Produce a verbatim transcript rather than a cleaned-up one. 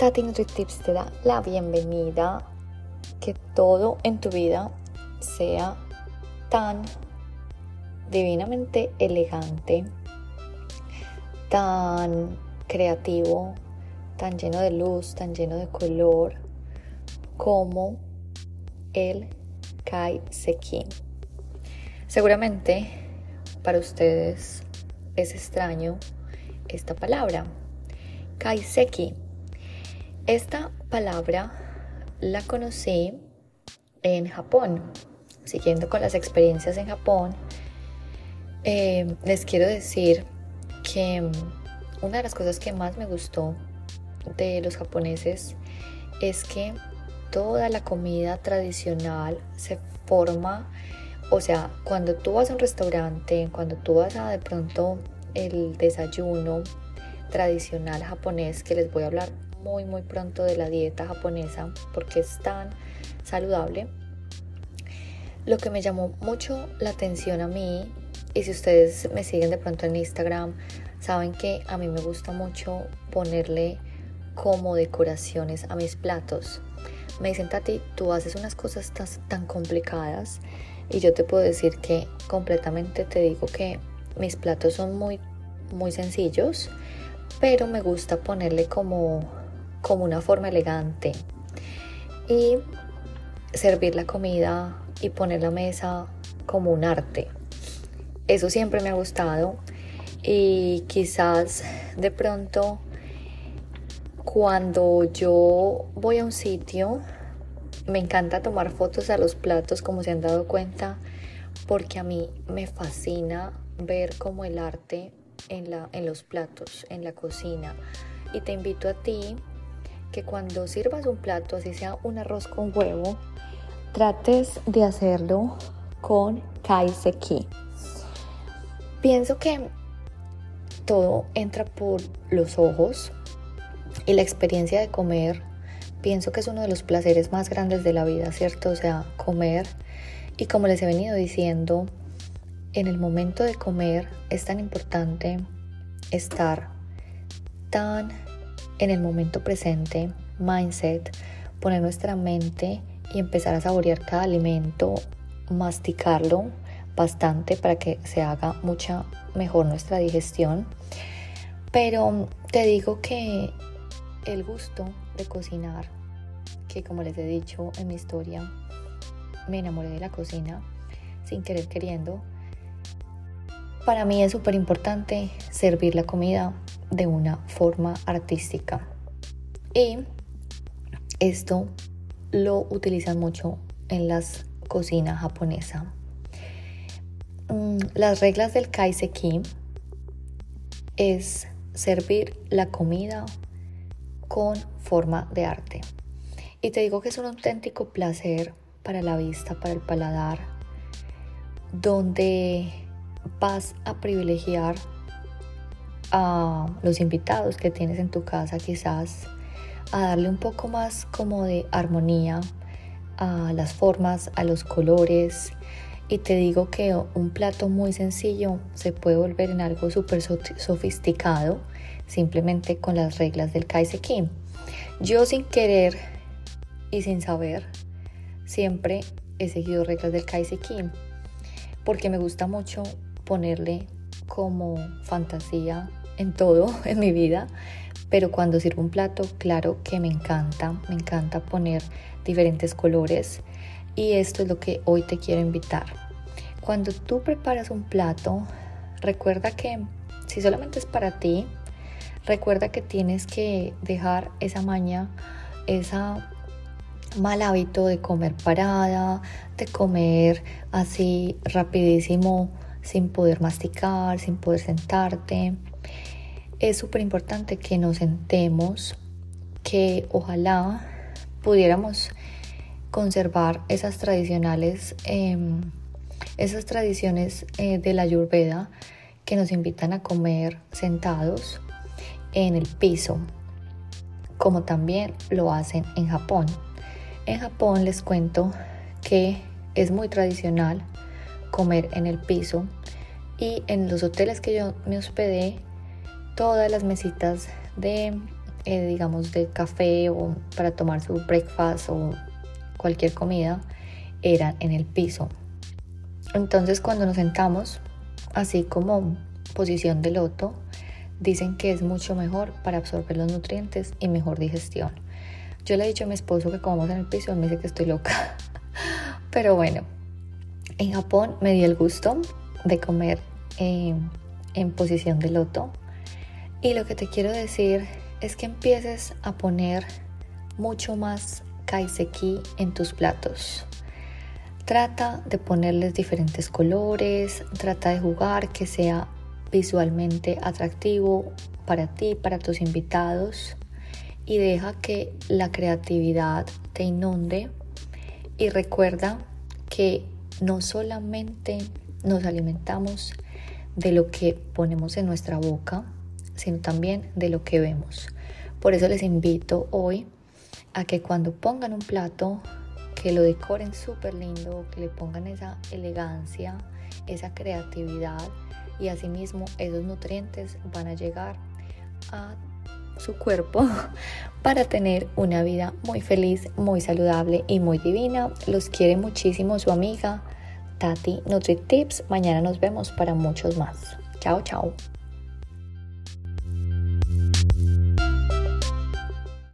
Tati NutriTips te da la bienvenida. Que todo en tu vida sea tan divinamente elegante, tan creativo, tan lleno de luz, tan lleno de color como el Kaiseki. Seguramente para ustedes es extraño esta palabra, Kaiseki. Esta palabra la conocí en Japón. Siguiendo con las experiencias en Japón, eh, les quiero decir que una de las cosas que más me gustó de los japoneses es que toda la comida tradicional se forma, o sea, cuando tú vas a un restaurante, cuando tú vas a de pronto el desayuno tradicional japonés, que les voy a hablar muy muy pronto de la dieta japonesa porque es tan saludable. Lo que me llamó mucho la atención a mí, y si ustedes me siguen de pronto en Instagram, saben que a mí me gusta mucho ponerle como decoraciones a mis platos. Me dicen: Tati, tú haces unas cosas tan, tan complicadas, y yo te puedo decir que completamente te digo que mis platos son muy muy sencillos, pero me gusta ponerle como como una forma elegante y servir la comida y poner la mesa como un arte. Eso siempre me ha gustado, y quizás de pronto cuando yo voy a un sitio me encanta tomar fotos a los platos, como se han dado cuenta, porque a mí me fascina ver como el arte en, la, en los platos, en la cocina. Y te invito a ti que cuando sirvas un plato, así sea un arroz con huevo, trates de hacerlo con Kaiseki. Pienso que todo entra por los ojos, y la experiencia de comer, pienso que es uno de los placeres más grandes de la vida, ¿cierto? O sea, comer. Y como les he venido diciendo, en el momento de comer es tan importante estar tan en el momento presente, mindset, poner nuestra mente y empezar a saborear cada alimento, masticarlo bastante para que se haga mucha mejor nuestra digestión. Pero te digo que el gusto de cocinar, que como les he dicho en mi historia, me enamoré de la cocina sin querer queriendo. Para mí es súper importante servir la comida de una forma artística, y esto lo utilizan mucho en la cocina japonesa. Las reglas del Kaiseki es servir la comida con forma de arte, y te digo que es un auténtico placer para la vista, para el paladar, donde vas a privilegiar a los invitados que tienes en tu casa, quizás a darle un poco más como de armonía a las formas, a los colores. Y te digo que un plato muy sencillo se puede volver en algo súper sofisticado simplemente con las reglas del Kaiseki. Yo, sin querer y sin saber, siempre he seguido reglas del Kaiseki porque me gusta mucho ponerle como fantasía en todo en mi vida. Pero cuando sirvo un plato, claro que me encanta, me encanta poner diferentes colores, y esto es lo que hoy te quiero invitar. Cuando tú preparas un plato, recuerda que si solamente es para ti, recuerda que tienes que dejar esa maña, esa mal hábito de comer parada, de comer así rapidísimo, sin poder masticar, sin poder sentarte. Es súper importante que nos sentemos, que ojalá pudiéramos conservar esas tradicionales, eh, esas tradiciones eh, de la Ayurveda, que nos invitan a comer sentados en el piso, como también lo hacen en Japón. En Japón les cuento que es muy tradicional comer en el piso, y en los hoteles que yo me hospedé, todas las mesitas de eh, digamos, de café o para tomar su breakfast o cualquier comida, eran en el piso. Entonces cuando nos sentamos, así como posición de loto, dicen que es mucho mejor para absorber los nutrientes y mejor digestión. Yo le he dicho a mi esposo que comamos en el piso y me dice que estoy loca. Pero bueno, en Japón me di el gusto de comer eh, en posición de loto. Y lo que te quiero decir es que empieces a poner mucho más kaiseki en tus platos. Trata de ponerles diferentes colores, trata de jugar que sea visualmente atractivo para ti, para tus invitados, y deja que la creatividad te inunde. Y recuerda que no solamente nos alimentamos de lo que ponemos en nuestra boca, sino también de lo que vemos. Por eso les invito hoy a que cuando pongan un plato, que lo decoren súper lindo, que le pongan esa elegancia, esa creatividad, y asimismo esos nutrientes van a llegar a su cuerpo para tener una vida muy feliz, muy saludable y muy divina. Los quiere muchísimo su amiga Tati NutriTips. Mañana nos vemos para muchos más. Chao, chao.